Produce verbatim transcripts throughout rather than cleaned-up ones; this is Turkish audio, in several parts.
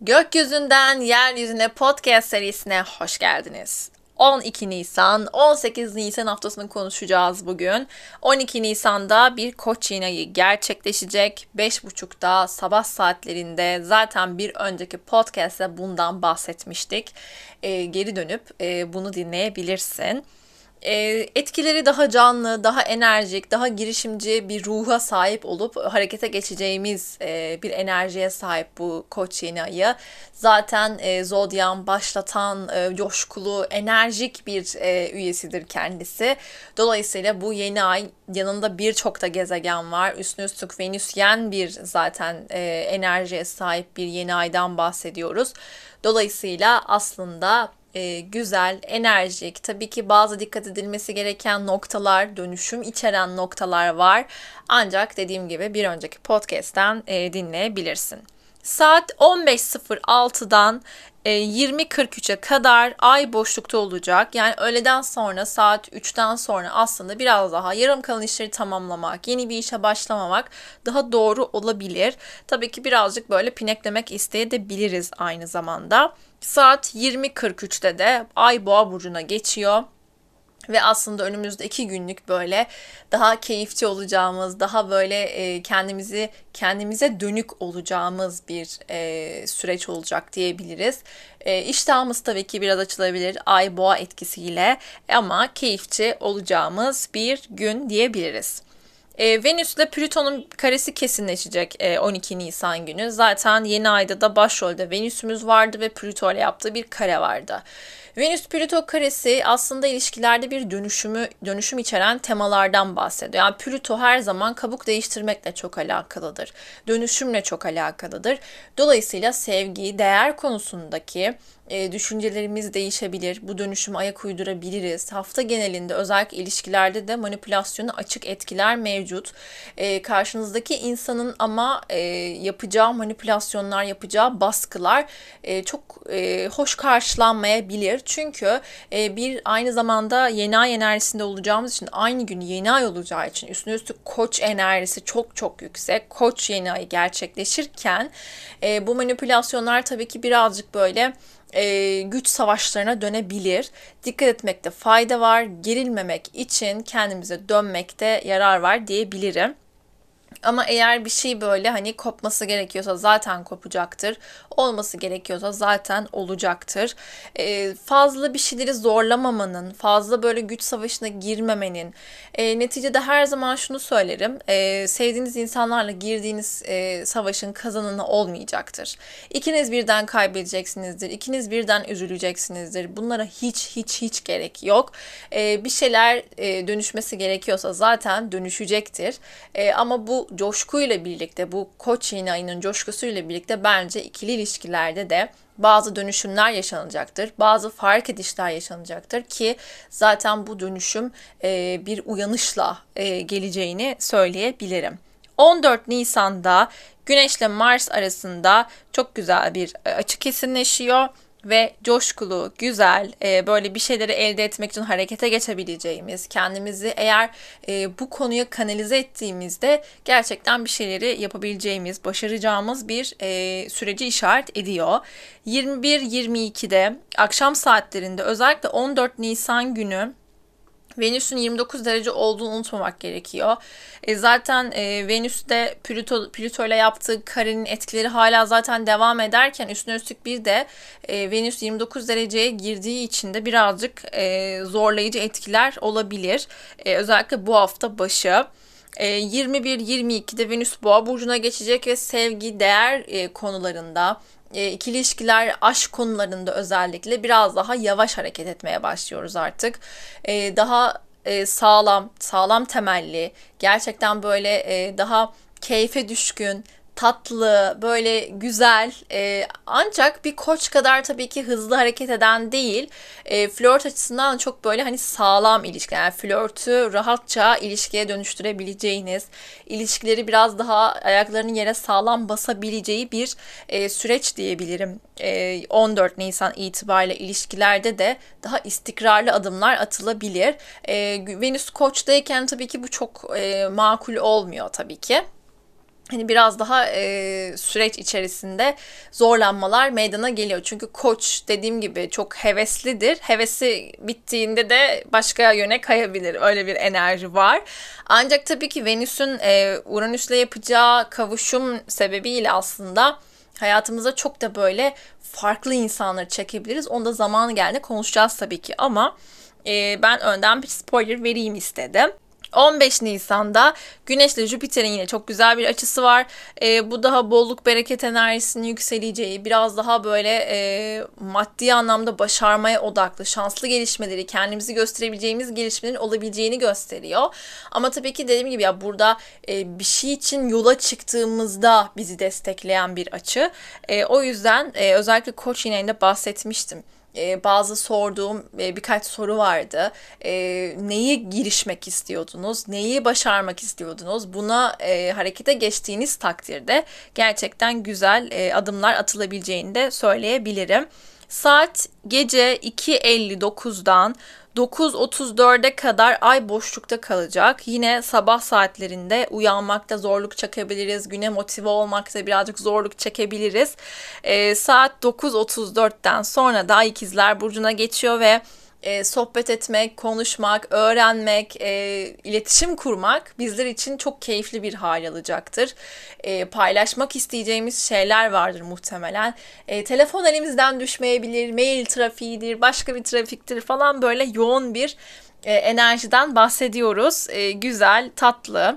Gökyüzünden Yeryüzüne podcast serisine hoş geldiniz. on iki Nisan, on sekiz Nisan haftasını konuşacağız bugün. on iki Nisan'da bir Koç yeni ayı gerçekleşecek. beş buçukta sabah saatlerinde zaten bir önceki podcast'te bundan bahsetmiştik. Ee, geri dönüp e, bunu dinleyebilirsin. E, etkileri daha canlı, daha enerjik, daha girişimci bir ruha sahip olup harekete geçeceğimiz e, bir enerjiye sahip bu Koç yeni ayı. Zaten e, Zodyan başlatan, e, coşkulu, enerjik bir e, üyesidir kendisi. Dolayısıyla bu yeni ay yanında birçok da gezegen var. Üstüne üstlük Venüsyen bir zaten e, enerjiye sahip bir yeni aydan bahsediyoruz. Dolayısıyla aslında e, güzel, enerjik, tabii ki bazı dikkat edilmesi gereken noktalar, dönüşüm içeren noktalar var. Ancak dediğim gibi bir önceki podcast'ten e, dinleyebilirsin. Saat on beş sıfır altıdan yirmi kırk üçe kadar ay boşlukta olacak. Yani öğleden sonra saat üçten sonra aslında biraz daha yarım kalan işleri tamamlamak, yeni bir işe başlamamak daha doğru olabilir. Tabii ki birazcık böyle pineklemek isteyebiliriz aynı zamanda. Saat yirmi kırk üçte de ay Boğa burcuna geçiyor. Ve aslında önümüzde iki günlük böyle daha keyifçi olacağımız, daha böyle e, kendimizi kendimize dönük olacağımız bir e, süreç olacak diyebiliriz. E, iştahımız tabii ki biraz açılabilir ay boğa etkisiyle ama keyifçi olacağımız bir gün diyebiliriz. E, Venüs ile Plüton'un karesi kesinleşecek e, on iki Nisan günü. Zaten yeni ayda da başrolde Venüs'ümüz vardı ve Plüto ile yaptığı bir kare vardı. Venüs-Plüto karesi aslında ilişkilerde bir dönüşümü dönüşüm içeren temalardan bahsediyor. Yani Plüto her zaman kabuk değiştirmekle çok alakalıdır. Dönüşümle çok alakalıdır. Dolayısıyla sevgi, değer konusundaki e, düşüncelerimiz değişebilir. Bu dönüşüme ayak uydurabiliriz. Hafta genelinde özellikle ilişkilerde de manipülasyona açık etkiler mevcut. E, karşınızdaki insanın ama e, yapacağı manipülasyonlar, yapacağı baskılar e, çok e, hoş karşılanmayabilir. Çünkü e, bir aynı zamanda yeni ay enerjisinde olacağımız için aynı gün yeni ay olacağı için üstüne üstlük Koç enerjisi çok çok yüksek. Koç yeni ayı gerçekleşirken e, bu manipülasyonlar tabii ki birazcık böyle e, güç savaşlarına dönebilir. Dikkat etmekte fayda var. Gerilmemek için kendimize dönmekte yarar var diyebilirim. Ama eğer bir şey böyle hani kopması gerekiyorsa zaten kopacaktır. Olması gerekiyorsa zaten olacaktır. Ee, fazla bir şeyleri zorlamamanın, fazla böyle güç savaşına girmemenin, e, neticede her zaman şunu söylerim. E, sevdiğiniz insanlarla girdiğiniz e, savaşın kazananı olmayacaktır. İkiniz birden kaybedeceksinizdir. İkiniz birden üzüleceksinizdir. Bunlara hiç hiç hiç gerek yok. E, bir şeyler e, dönüşmesi gerekiyorsa zaten dönüşecektir. E, ama bu coşkuyla birlikte, bu Koç yeni ayının coşkusuyla birlikte bence ikili ilişkilerde de bazı dönüşümler yaşanacaktır. Bazı fark edişler yaşanacaktır ki zaten bu dönüşüm e, bir uyanışla e, geleceğini söyleyebilirim. on dört Nisan'da Güneş ile Mars arasında çok güzel bir açı kesinleşiyor. Ve coşkulu, güzel, e, böyle bir şeyleri elde etmek için harekete geçebileceğimiz, kendimizi eğer e, bu konuya kanalize ettiğimizde gerçekten bir şeyleri yapabileceğimiz, başaracağımız bir e, süreci işaret ediyor. yirmi bir yirmi ikide akşam saatlerinde özellikle on dört Nisan günü Venüs'ün yirmi dokuz derece olduğunu unutmamak gerekiyor. E zaten e, Venüs'te Plüto, Plüto ile yaptığı karenin etkileri hala zaten devam ederken üstüne üstlük bir de e, Venüs yirmi dokuz dereceye girdiği için de birazcık e, zorlayıcı etkiler olabilir. E, özellikle bu hafta başı. yirmi bir yirmi ikide Venüs Boğa burcuna geçecek ve sevgi, değer e, konularında, e, ikili ilişkiler, aşk konularında özellikle biraz daha yavaş hareket etmeye başlıyoruz artık. E, daha e, sağlam, sağlam temelli, gerçekten böyle e, daha keyfe düşkün, tatlı, böyle güzel e, ancak bir koç kadar tabii ki hızlı hareket eden değil. E, flört açısından çok böyle hani sağlam ilişki. Yani flörtü rahatça ilişkiye dönüştürebileceğiniz, ilişkileri biraz daha ayaklarının yere sağlam basabileceği bir e, süreç diyebilirim. E, on dört Nisan itibariyle ilişkilerde de daha istikrarlı adımlar atılabilir. E, Venüs Koç'tayken tabii ki bu çok e, makul olmuyor tabii ki. hani biraz daha e, süreç içerisinde zorlanmalar meydana geliyor. Çünkü Koç dediğim gibi çok heveslidir. Hevesi bittiğinde de başka yöne kayabilir. Öyle bir enerji var. Ancak tabii ki Venüs'ün e, Uranüs'le yapacağı kavuşum sebebiyle aslında hayatımıza çok da böyle farklı insanları çekebiliriz. Onu da zamanı geldiğinde konuşacağız tabii ki, ama e, ben önden bir spoiler vereyim istedim. on beş Nisan'da Güneş ile Jüpiter'in yine çok güzel bir açısı var. E, bu daha bolluk bereket enerjisinin yükseleceği, biraz daha böyle e, maddi anlamda başarmaya odaklı, şanslı gelişmeleri, kendimizi gösterebileceğimiz gelişmelerin olabileceğini gösteriyor. Ama tabii ki dediğim gibi ya burada e, bir şey için yola çıktığımızda bizi destekleyen bir açı. E, o yüzden e, özellikle Koç yayınında bahsetmiştim. Ee, bazı sorduğum e, birkaç soru vardı. E, neyi girişmek istiyordunuz? Neyi başarmak istiyordunuz? Buna e, harekete geçtiğiniz takdirde gerçekten güzel e, adımlar atılabileceğini de söyleyebilirim. Saat gece iki elli dokuzdan dokuz otuz dörde kadar ay boşlukta kalacak. Yine sabah saatlerinde uyanmakta zorluk çekebiliriz. Güne motive olmakta birazcık zorluk çekebiliriz. Ee, saat dokuz otuz dörtten sonra da İkizler Burcu'na geçiyor ve e, sohbet etmek, konuşmak, öğrenmek, e, iletişim kurmak bizler için çok keyifli bir hal alacaktır. E, paylaşmak isteyeceğimiz şeyler vardır muhtemelen. E, telefon elimizden düşmeyebilir, mail trafiğidir, başka bir trafiktir falan, böyle yoğun bir e, enerjiden bahsediyoruz. E, güzel, tatlı.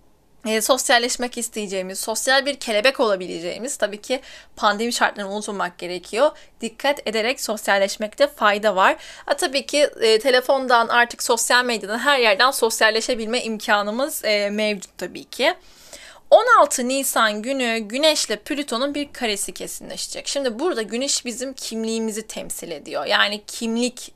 E, sosyalleşmek isteyeceğimiz, sosyal bir kelebek olabileceğimiz, tabii ki pandemi şartlarını unutmamak gerekiyor. Dikkat ederek sosyalleşmekte fayda var. Ha, tabii ki e, telefondan, artık sosyal medyadan, her yerden sosyalleşebilme imkanımız e, mevcut tabii ki. on altı Nisan günü Güneş'le Plüton'un bir karesi kesinleşecek. Şimdi burada Güneş bizim kimliğimizi temsil ediyor. Yani kimlik,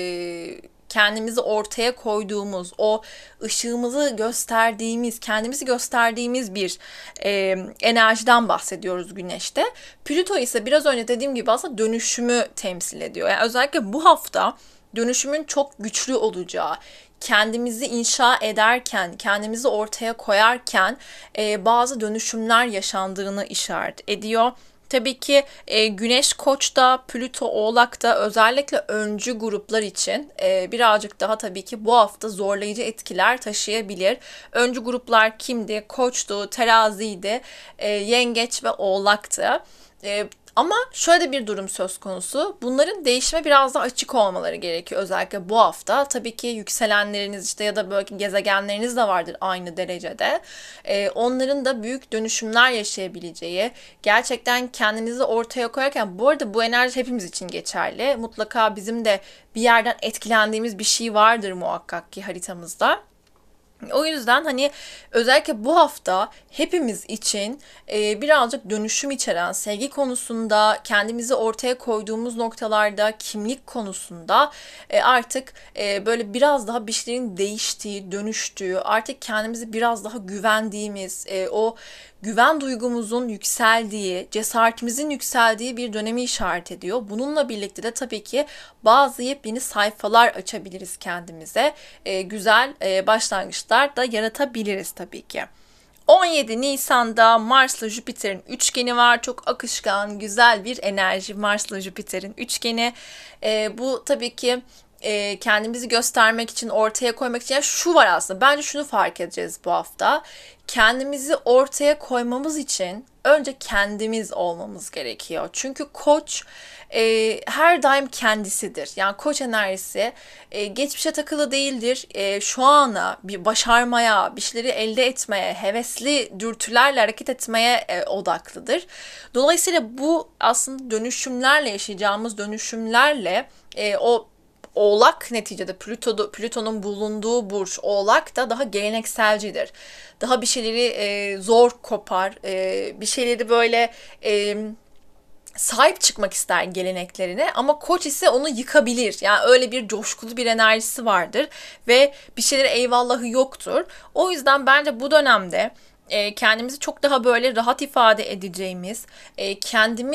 e, kendimizi ortaya koyduğumuz, o ışığımızı gösterdiğimiz, kendimizi gösterdiğimiz bir e, enerjiden bahsediyoruz Güneş'te. Plüto ise biraz önce dediğim gibi aslında dönüşümü temsil ediyor. Yani özellikle bu hafta dönüşümün çok güçlü olacağı, kendimizi inşa ederken, kendimizi ortaya koyarken e, bazı dönüşümler yaşandığını işaret ediyor. Tabii ki e, Güneş Koç'ta, Plüto Oğlak'ta özellikle öncü gruplar için e, birazcık daha tabii ki bu hafta zorlayıcı etkiler taşıyabilir. Öncü gruplar kimdi? Koç'tu, Terazi'ydi, e, Yengeç ve Oğlak'tı. E, Ama şöyle bir durum söz konusu. Bunların değişime biraz daha açık olmaları gerekiyor. Özellikle bu hafta. Tabii ki yükselenleriniz işte ya da böyle gezegenleriniz de vardır aynı derecede. Ee, onların da büyük dönüşümler yaşayabileceği, gerçekten kendinizi ortaya koyarken, bu arada bu enerji hepimiz için geçerli. Mutlaka bizim de bir yerden etkilendiğimiz bir şey vardır muhakkak ki haritamızda. O yüzden hani özellikle bu hafta hepimiz için e, birazcık dönüşüm içeren, sevgi konusunda, kendimizi ortaya koyduğumuz noktalarda, kimlik konusunda e, artık e, böyle biraz daha bir şeylerin değiştiği, dönüştüğü, artık kendimizi biraz daha güvendiğimiz, e, o güven duygumuzun yükseldiği, cesaretimizin yükseldiği bir dönemi işaret ediyor. Bununla birlikte de tabii ki bazı yepyeni sayfalar açabiliriz kendimize. E, güzel e, başlangıçlar da yaratabiliriz tabii ki. on yedi Nisan'da Mars'la Jüpiter'in üçgeni var. Çok akışkan, güzel bir enerji Mars'la Jüpiter'in üçgeni. E, bu tabii ki e, kendimizi göstermek için, ortaya koymak için. Yani şu var aslında, bence şunu fark edeceğiz bu hafta. Kendimizi ortaya koymamız için önce kendimiz olmamız gerekiyor. Çünkü Koç e, her daim kendisidir. Yani Koç enerjisi e, geçmişe takılı değildir. E, şu ana bir başarmaya, bir şeyleri elde etmeye, hevesli dürtülerle hareket etmeye e, odaklıdır. Dolayısıyla bu aslında dönüşümlerle, yaşayacağımız dönüşümlerle e, o Oğlak, neticede Plüto, Plüton'un bulunduğu burç Oğlak da daha gelenekselcidir. Daha bir şeyleri e, zor kopar, e, bir şeyleri böyle e, sahip çıkmak ister geleneklerine, ama Koç ise onu yıkabilir. Yani öyle bir coşkulu bir enerjisi vardır ve bir şeylere eyvallahı yoktur. O yüzden bence bu dönemde e, kendimizi çok daha böyle rahat ifade edeceğimiz, e, kendimiz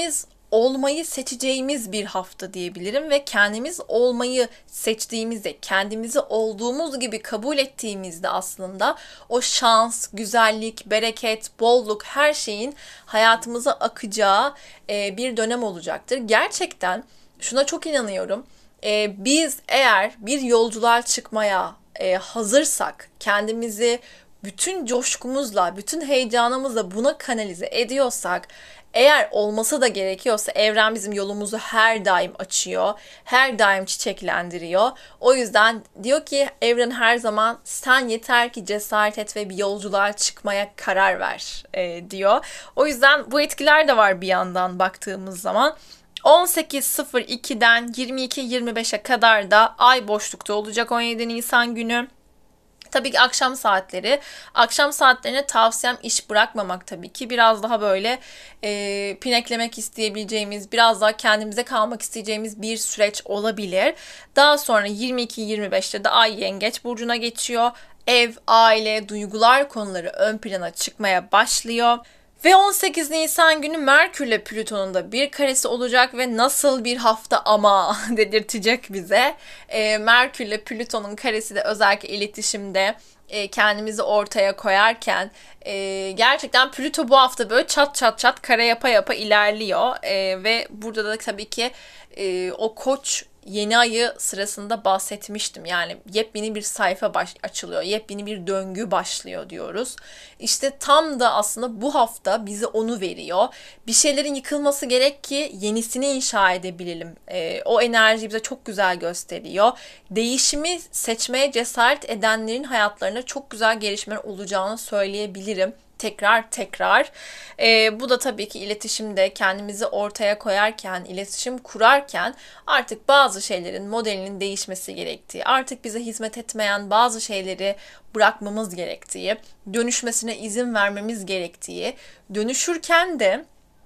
olmayı seçeceğimiz bir hafta diyebilirim ve kendimiz olmayı seçtiğimizde, kendimizi olduğumuz gibi kabul ettiğimizde aslında o şans, güzellik, bereket, bolluk her şeyin hayatımıza akacağı e, bir dönem olacaktır. Gerçekten şuna çok inanıyorum. E, biz eğer bir yolculuğa çıkmaya e, hazırsak, kendimizi bütün coşkumuzla, bütün heyecanımızla buna kanalize ediyorsak, eğer olması da gerekiyorsa evren bizim yolumuzu her daim açıyor, her daim çiçeklendiriyor. O yüzden diyor ki evren her zaman sen yeter ki cesaret et ve bir yolculuğa çıkmaya karar ver e, diyor. O yüzden bu etkiler de var bir yandan baktığımız zaman. on sekiz sıfır ikiden yirmi iki yirmi beşe kadar da ay boşlukta olacak on yedi Nisan günü. Tabii ki akşam saatleri. Akşam saatlerine tavsiyem iş bırakmamak tabii ki. Biraz daha böyle e, pineklemek isteyebileceğimiz, biraz daha kendimize kalmak isteyeceğimiz bir süreç olabilir. Daha sonra yirmi iki yirmi beşte de ay Yengeç burcuna geçiyor. Ev, aile, duygular konuları ön plana çıkmaya başlıyor. Ve on sekiz Nisan günü Merkürle Plüton'un da bir karesi olacak ve nasıl bir hafta ama dedirtecek bize. E, Merkürle Plüton'un karesi de özellikle iletişimde e, kendimizi ortaya koyarken e, gerçekten Plüto bu hafta böyle çat çat çat kare yapa yapa ilerliyor. E, ve burada da tabii ki e, o Koç yeni ayı sırasında bahsetmiştim. Yani yepyeni bir sayfa baş açılıyor. Yepyeni bir döngü başlıyor diyoruz. İşte tam da aslında bu hafta bize onu veriyor. Bir şeylerin yıkılması gerek ki yenisini inşa edebilelim. Ee, o enerjiyi bize çok güzel gösteriyor. Değişimi seçmeye cesaret edenlerin hayatlarında çok güzel gelişmeler olacağını söyleyebilirim. Tekrar tekrar. Ee, bu da tabii ki iletişimde kendimizi ortaya koyarken, iletişim kurarken artık bazı şeylerin modelinin değişmesi gerektiği, artık bize hizmet etmeyen bazı şeyleri bırakmamız gerektiği, dönüşmesine izin vermemiz gerektiği, dönüşürken de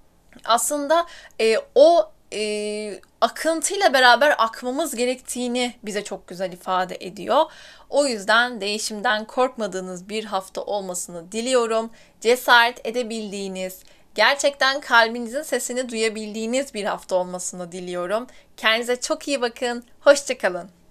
aslında e, o e, akıntıyla beraber akmamız gerektiğini bize çok güzel ifade ediyor. O yüzden değişimden korkmadığınız bir hafta olmasını diliyorum. Cesaret edebildiğiniz, gerçekten kalbinizin sesini duyabildiğiniz bir hafta olmasını diliyorum. Kendinize çok iyi bakın. Hoşça kalın.